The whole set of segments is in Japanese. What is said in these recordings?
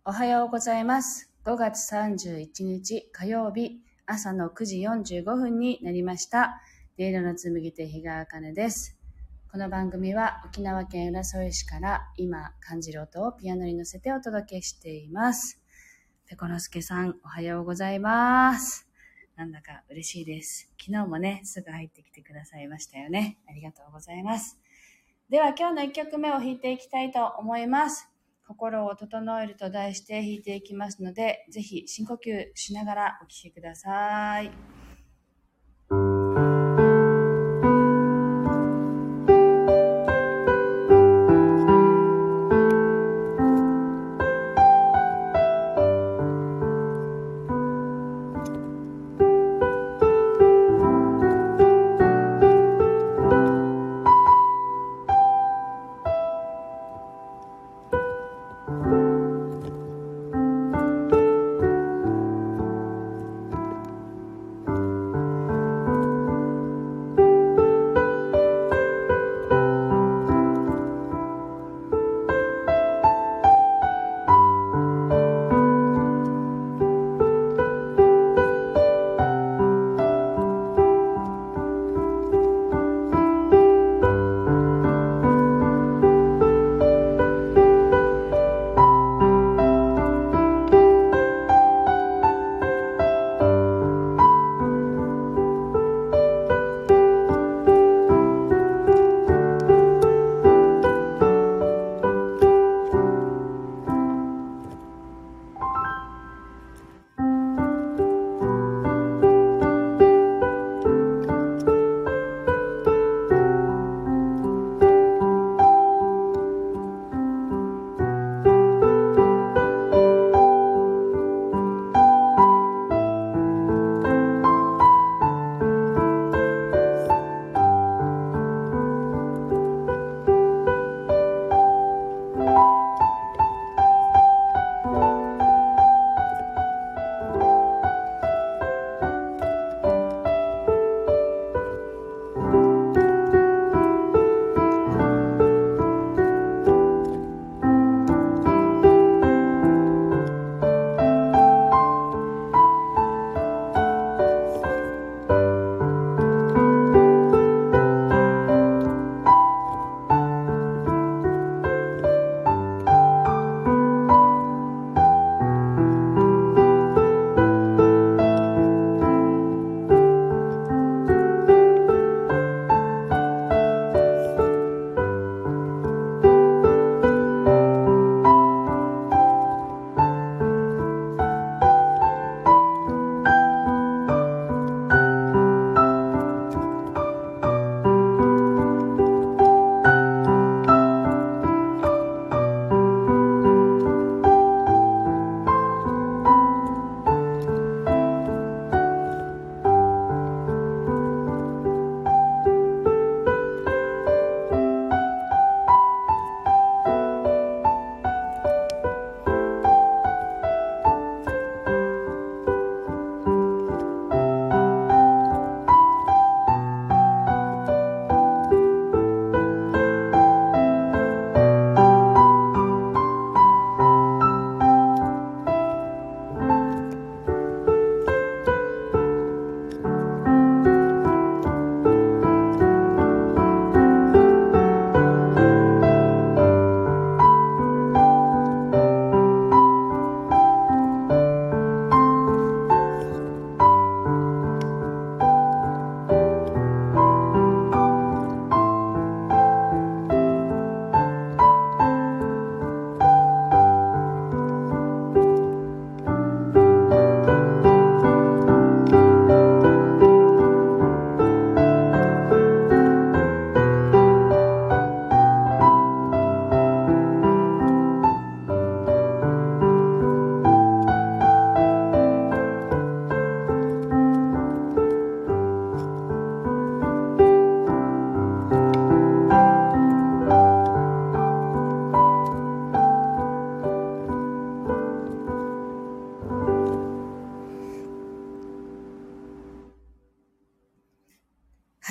おはようございます。5月31日火曜日朝の9時45分になりました。音色の紡手日川茜です。この番組は沖縄県浦添市から今感じる音をピアノに乗せてお届けしています。ペコのすけさん、おはようございます。なんだか嬉しいです。昨日もね、すぐ入ってきてくださいましたよね。ありがとうございます。では今日の1曲目を弾いていきたいと思います。心を整えると題して弾いていきますので、ぜひ深呼吸しながらお聴きください。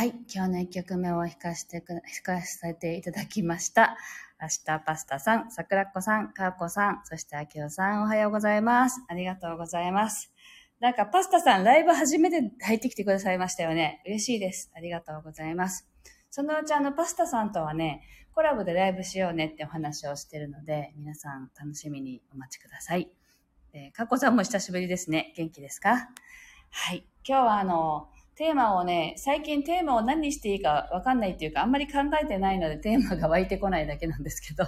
はい、今日の1曲目を弾かせていただきました。明日パスタさん、桜っ子さん、かーこさん、そしてあきおさん、おはようございます。ありがとうございます。なんかパスタさん、ライブ初めて入ってきてくださいましたよね。嬉しいです。ありがとうございます。そのうちパスタさんとはね、コラボでライブしようねってお話をしてるので、皆さん楽しみにお待ちください。かっこさんも久しぶりですね。元気ですか？はい。今日はテーマをね、最近テーマを何にしていいかわかんないっていうか、あんまり考えてないのでテーマが湧いてこないだけなんですけど、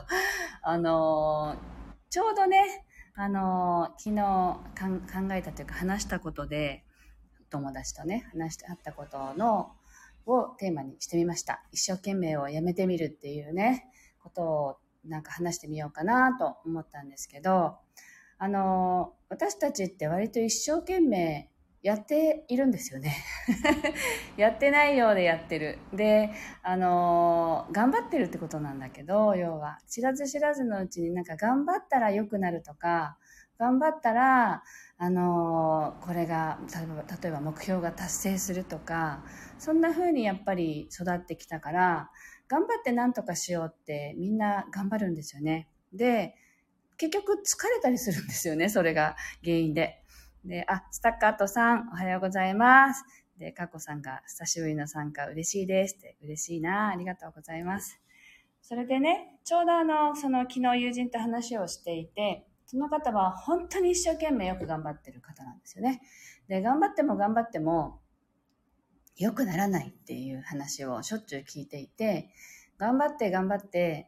ちょうどね、昨日考えたというか話したことで、友達とね、話してあったことをテーマにしてみました。一生懸命をやめてみるっていうね、ことをなんか話してみようかなと思ったんですけど、私たちって割と一生懸命やっているんですよね。やってないようでやってる。で、頑張ってるってことなんだけど、要は、知らず知らずのうちになんか頑張ったら良くなるとか、頑張ったら、これが、例えば目標が達成するとか、そんな風にやっぱり育ってきたから、頑張って何とかしようってみんな頑張るんですよね。で、結局疲れたりするんですよね、それが原因で。で、スタッカートさん、おはようございます。で、かこさんが久しぶりの参加嬉しいですって、嬉しいな、ありがとうございます。それでね、ちょうど昨日友人と話をしていて、その方は本当に一生懸命よく頑張ってる方なんですよね。で、頑張っても良くならないっていう話をしょっちゅう聞いていて、頑張って、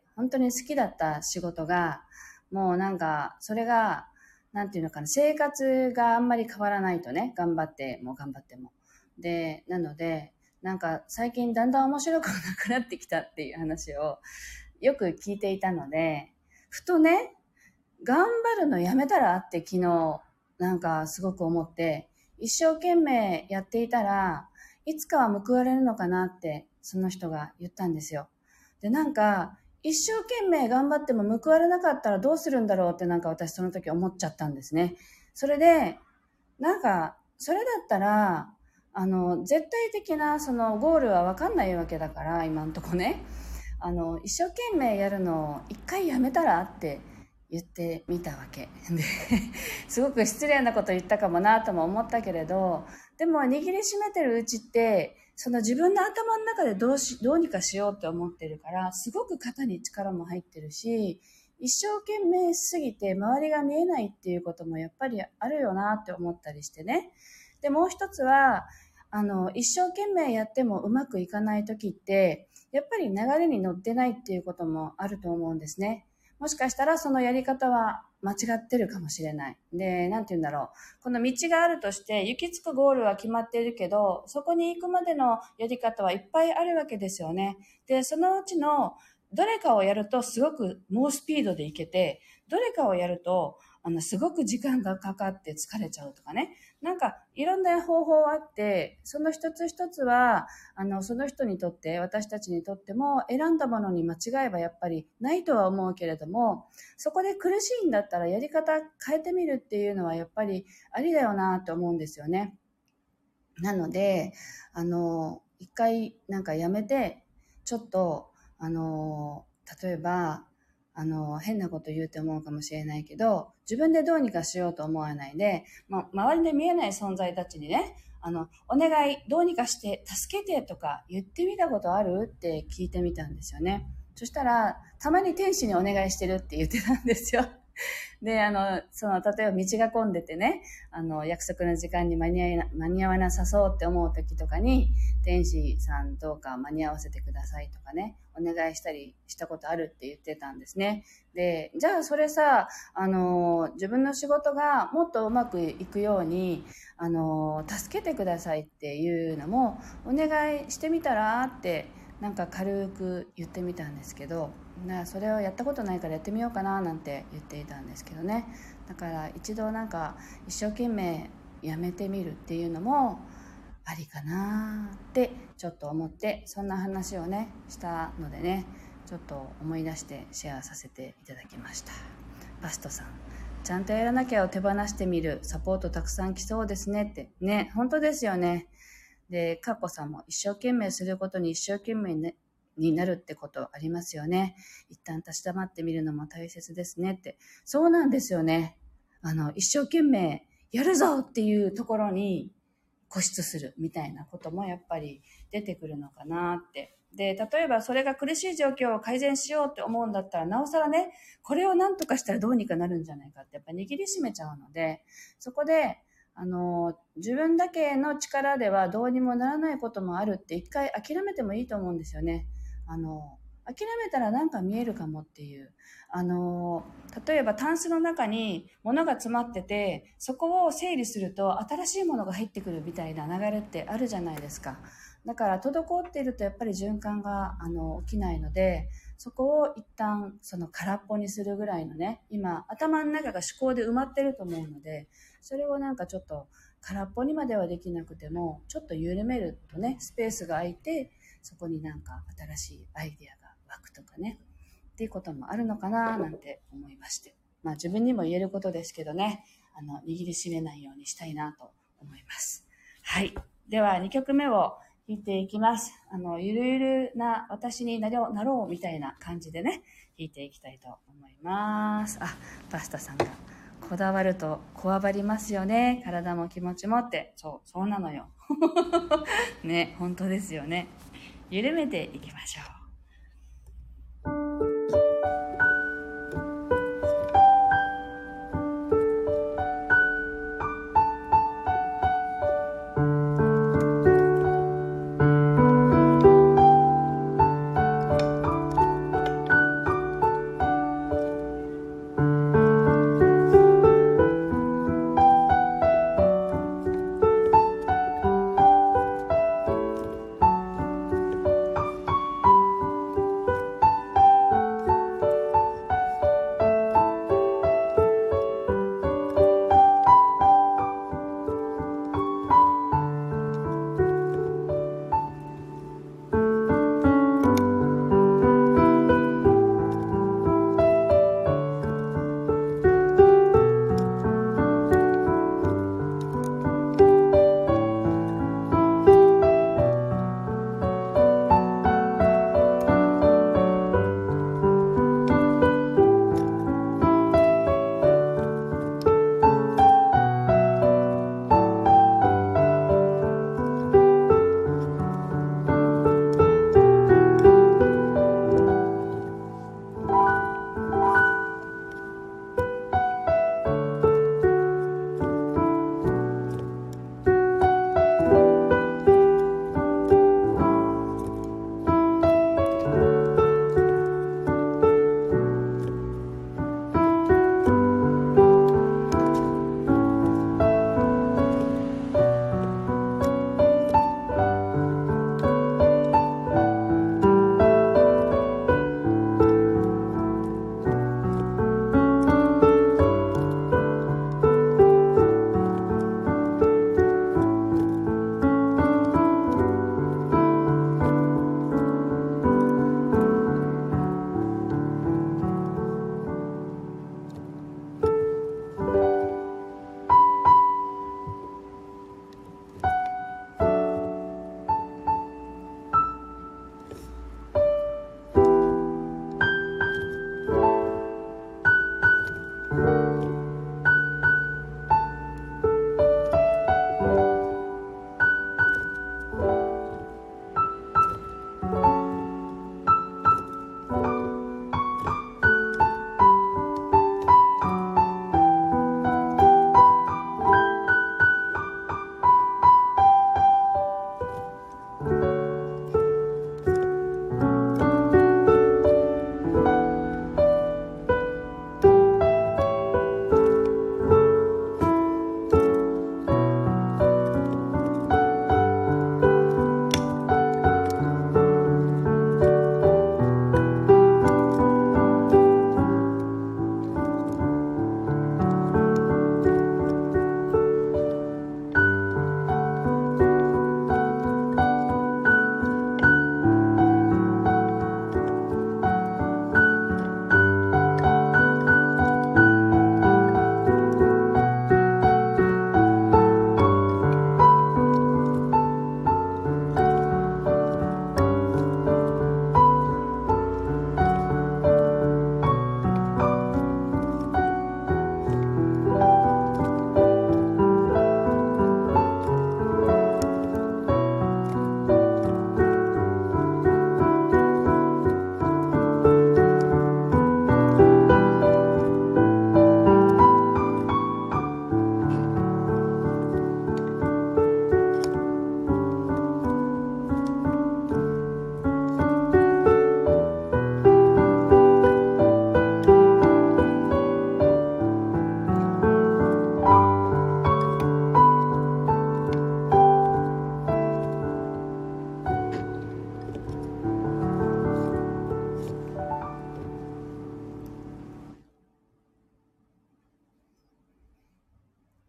本当に好きだった仕事が、もうなんか、それが、なんていうのかな、生活があんまり変わらないとね、頑張っても。で、なので、なんか最近だんだん面白くなくなってきたっていう話をよく聞いていたので、ふとね、頑張るのやめたらって昨日、なんかすごく思って、一生懸命やっていたらいつかは報われるのかなってその人が言ったんですよ。で、なんか一生懸命頑張っても報われなかったらどうするんだろうってなんか私その時思っちゃったんですね。それで、なんかそれだったら絶対的なそのゴールは分かんないわけだから今んとこね、一生懸命やるのを一回やめたらって言ってみたわけですごく失礼なこと言ったかもなとも思ったけれど、でも握りしめてるうちってその自分の頭の中でどうにかしようって思ってるから、すごく肩に力も入ってるし、一生懸命すぎて周りが見えないっていうこともやっぱりあるよなって思ったりしてね。で、もう一つは一生懸命やってもうまくいかない時ってやっぱり流れに乗ってないっていうこともあると思うんですね。もしかしたらそのやり方は間違ってるかもしれない。で、なんて言うんだろう。この道があるとして行き着くゴールは決まっているけど、そこに行くまでのやり方はいっぱいあるわけですよね。で、そのうちのどれかをやるとすごく猛スピードで行けて、どれかをやるとすごく時間がかかって疲れちゃうとかね。なんかいろんな方法あって、その一つ一つはその人にとって、私たちにとっても選んだものに間違いはやっぱりないとは思うけれども、そこで苦しいんだったらやり方変えてみるっていうのはやっぱりありだよなと思うんですよね。なので一回なんかやめて、ちょっと例えば変なこと言うって思うかもしれないけど、自分でどうにかしようと思わないで、周りで見えない存在たちにね、お願い、どうにかして助けてとか言ってみたことあるって聞いてみたんですよね。そしたら、たまに天使にお願いしてるって言ってたんですよ。で、例えば道が混んでてね、約束の時間に間に合わなさそうって思う時とかに、天使さんどうか間に合わせてくださいとかね、お願いしたりしたことあるって言ってたんですね。で、じゃあそれさ、自分の仕事がもっとうまくいくように、助けてくださいっていうのも、お願いしてみたらって、なんか軽く言ってみたんですけど、それをやったことないからやってみようかななんて言っていたんですけどね。だから一度なんか一生懸命やめてみるっていうのもありかなってちょっと思って、そんな話をねしたのでね、ちょっと思い出してシェアさせていただきました。バストさん、ちゃんとやらなきゃを手放してみるサポートたくさん来そうですねってね。本当ですよね。 で、かっこさんも一生懸命することに一生懸命になるってことありますよね。一旦立ち止まってみるのも大切ですねって。そうなんですよね。一生懸命やるぞっていうところに固執するみたいなこともやっぱり出てくるのかなって。で、例えばそれが苦しい状況を改善しようって思うんだったら、なおさらね、これを何とかしたらどうにかなるんじゃないかってやっぱ握りしめちゃうので、そこで、自分だけの力ではどうにもならないこともあるって一回諦めてもいいと思うんですよね。諦めたらなんか見えるかもっていう。例えばタンスの中に物が詰まってて、そこを整理すると新しいものが入ってくるみたいな流れってあるじゃないですか。だから滞っているとやっぱり循環が起きないので、そこを一旦空っぽにするぐらいのね、今頭の中が思考で埋まってると思うので、それをなんかちょっと空っぽにまではできなくても、ちょっと緩めるとね、スペースが空いて、そこになんか新しいアイデアが湧くとかね、っていうこともあるのかななんて思いまして。まあ自分にも言えることですけどね、握りしめないようにしたいなと思います。はい。では2曲目を弾いていきます。ゆるゆるな私になろうみたいな感じでね、弾いていきたいと思います。パスタさんがこだわるとこわばりますよね。体も気持ちもって。そうなのよ。ね、本当ですよね。緩めていきましょう。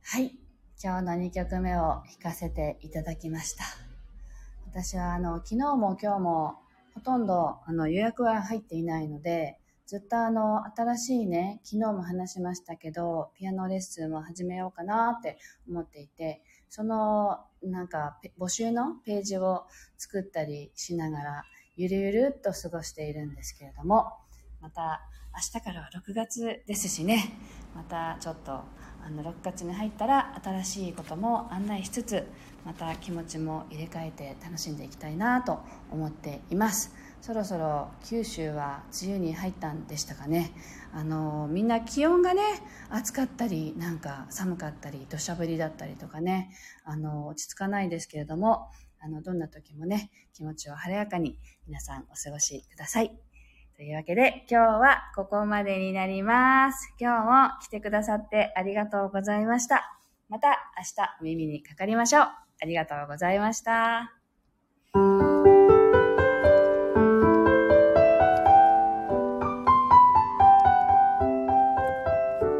はい、今日の2曲目を弾かせていただきました。私は昨日も今日もほとんど予約は入っていないので、ずっと新しいね、昨日も話しましたけど、ピアノレッスンを始めようかなって思っていて、その募集のページを作ったりしながら、ゆるゆるっと過ごしているんですけれども、また明日からは6月ですしね、またちょっと6月に入ったら新しいことも案内しつつ、また気持ちも入れ替えて楽しんでいきたいなと思っています。そろそろ九州は梅雨に入ったんでしたかね。みんな気温がね、暑かったり寒かったり土砂降りだったりとかね、落ち着かないですけれども、どんな時もね、気持ちを晴れやかに皆さんお過ごしください。というわけで今日はここまでになります。今日も来てくださってありがとうございました。また明日お耳にかかりましょう。ありがとうございました。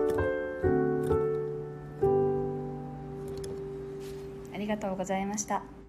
ありがとうございました。